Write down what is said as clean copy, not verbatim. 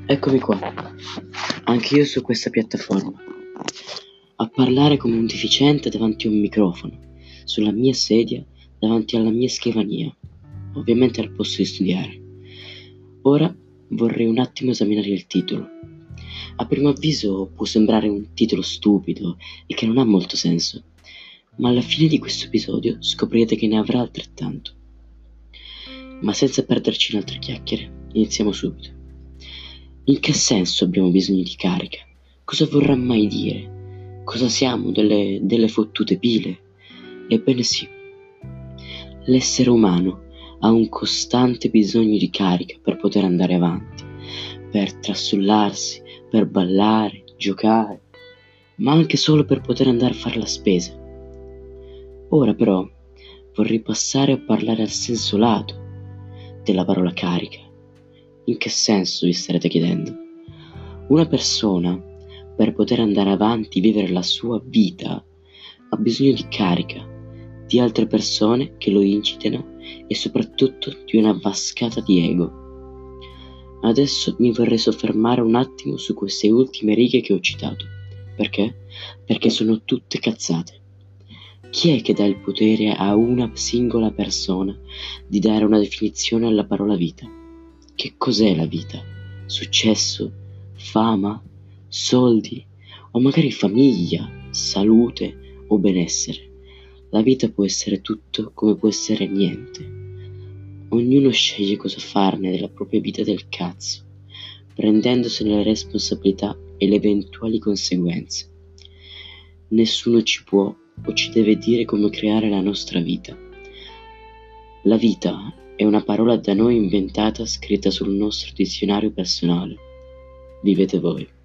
Eccomi qua, anche io su questa piattaforma, a parlare come un deficiente davanti a un microfono, sulla mia sedia, davanti alla mia scrivania, ovviamente al posto di studiare. Ora vorrei un attimo esaminare il titolo. A primo avviso può sembrare un titolo stupido e che non ha molto senso, ma alla fine di questo episodio scoprirete che ne avrà altrettanto. Ma senza perderci in altre chiacchiere, iniziamo subito. In che senso abbiamo bisogno di carica? Cosa vorrà mai dire? Cosa siamo, delle fottute pile? Ebbene sì, l'essere umano ha un costante bisogno di carica per poter andare avanti, per trastullarsi, per ballare, giocare, ma anche solo per poter andare a fare la spesa. Ora però vorrei passare a parlare al senso lato della parola carica. In che senso, vi starete chiedendo? Una persona, per poter andare avanti e vivere la sua vita, ha bisogno di carica, di altre persone che lo incitino e soprattutto di una vascata di ego. Adesso mi vorrei soffermare un attimo su queste ultime righe che ho citato. Perché? Perché sono tutte cazzate. Chi è che dà il potere a una singola persona di dare una definizione alla parola vita? Che cos'è la vita? Successo? Fama? Soldi? O magari famiglia? Salute o benessere? La vita può essere tutto come può essere niente. Ognuno sceglie cosa farne della propria vita del cazzo, prendendosene le responsabilità e le eventuali conseguenze. Nessuno ci può o ci deve dire come creare la nostra vita. La vita è una parola da noi inventata, scritta sul nostro dizionario personale. Vivete voi.